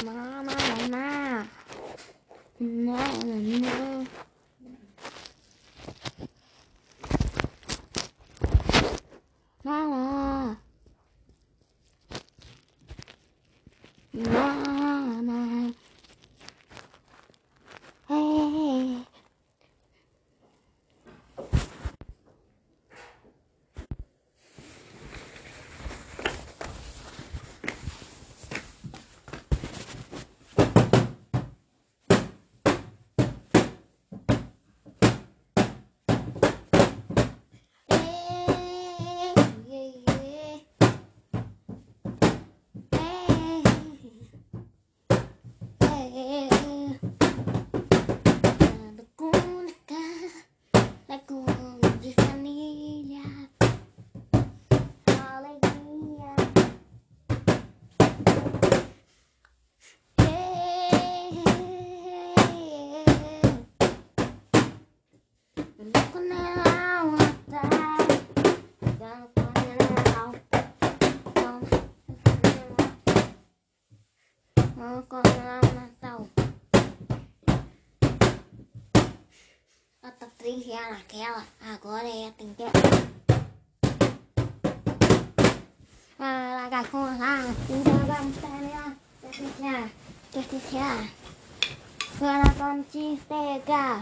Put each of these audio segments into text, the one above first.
Naquela, agora é tem que largar com lá, agora vamos te pegar.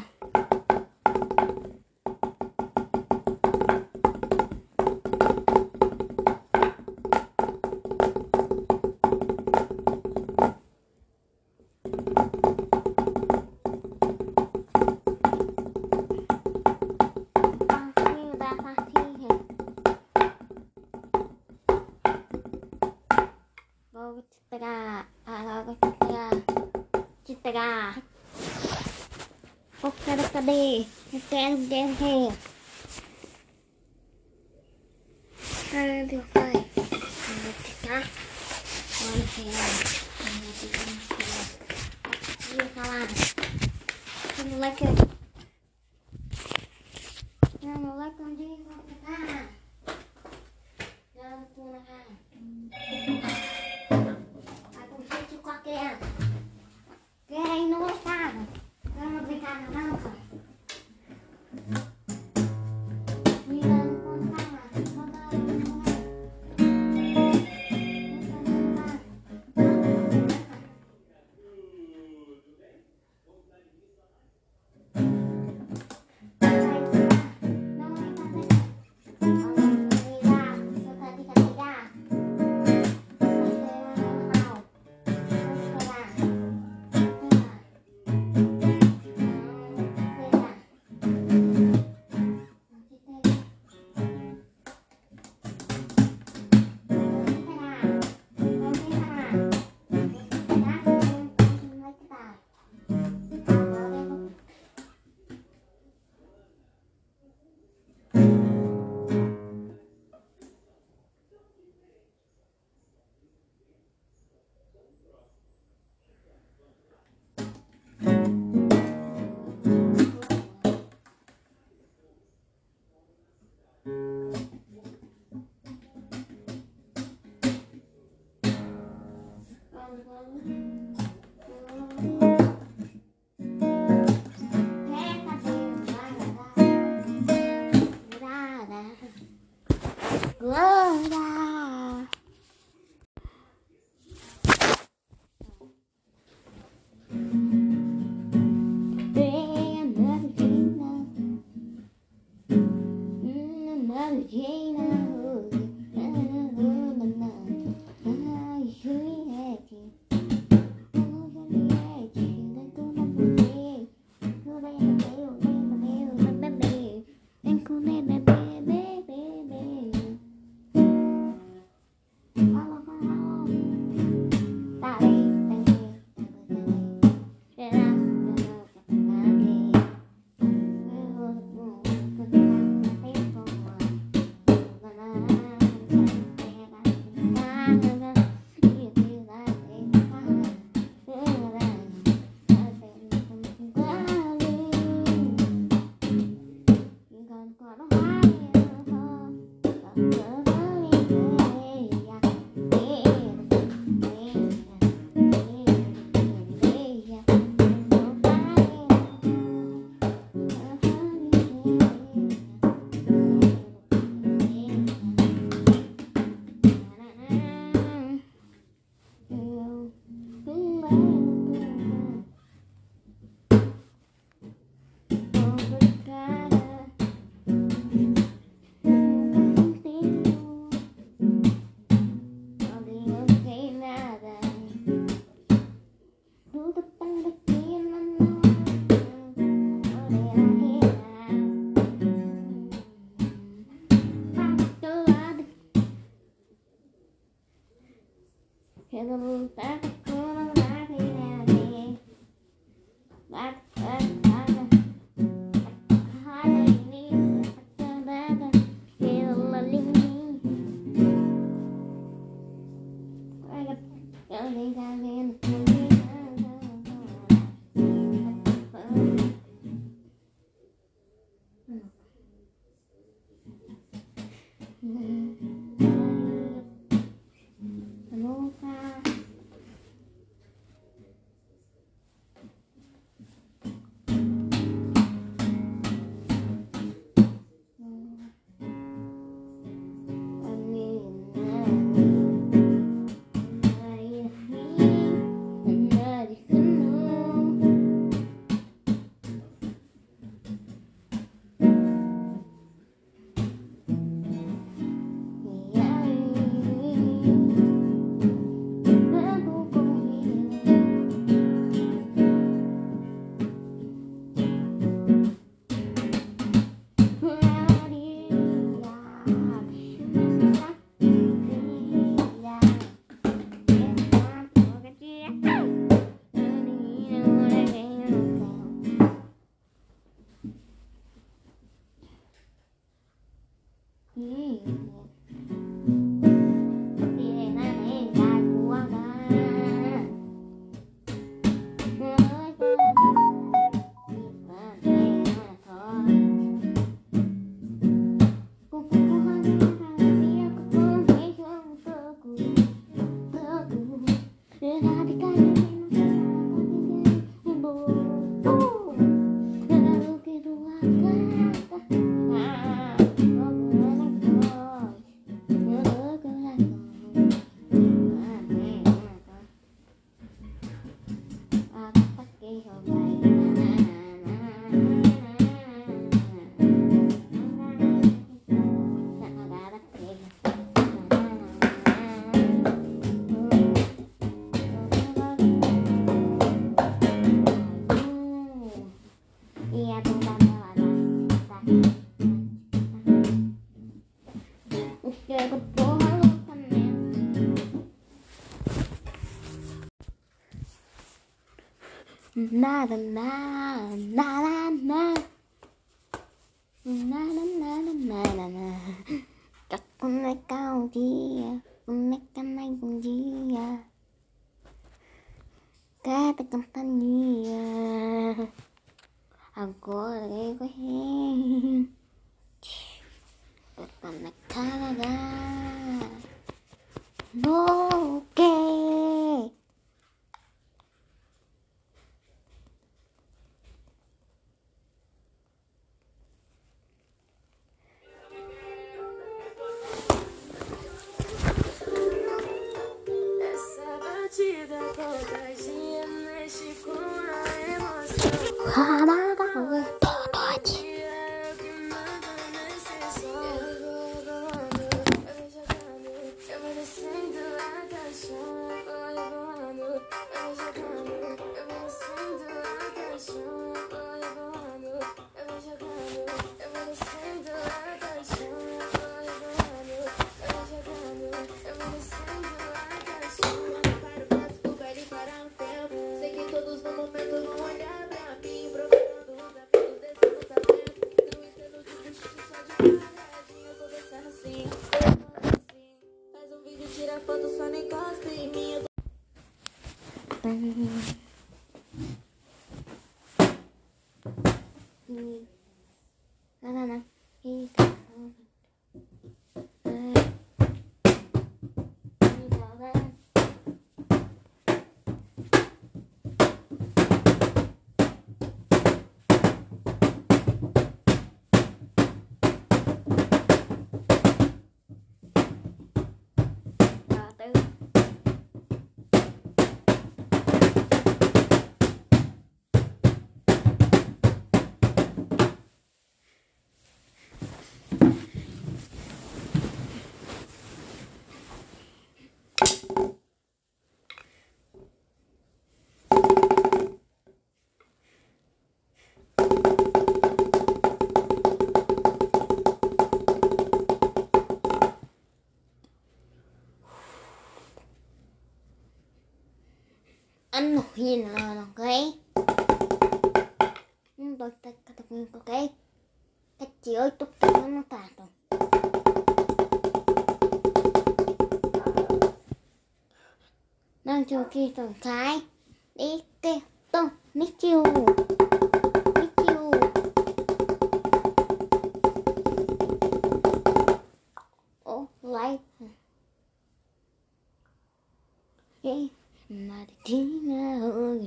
Vou te pegar, agora vou te pegar. Eu quero cadê? Eu quero ver. Ai, meu pai. Eu vou ficar. Olha, eu vou falar. O moleque. Não, moleque, onde eu vou pegar? Já não tô na casa. Qualquer. Quem não gostava? Eu não brincava não, cara. Mirando com cara. Glória! Nada, nada, nada, nada. Nada, nada, nada, nada. Các con lại cao dia, con lại cam anh con dia. Cada campanha, agora eu corri. Tá na cara, no que? Essa batida contagia, mexe com a emoção. Pode. Sei que todos no momento vão olhar pra mim, procurando os amigos desse pensamento. Não entendo de justiça de paradinha, eu tô descendo assim, faz um vídeo, tira foto, só não encosta em mim. Eu ăn nổi nhìn là cái tôi có cái chiếu tục nó tàn rồi đang cho khi tổng cái đi cái tông nít chiu ô lại cái mà tí nào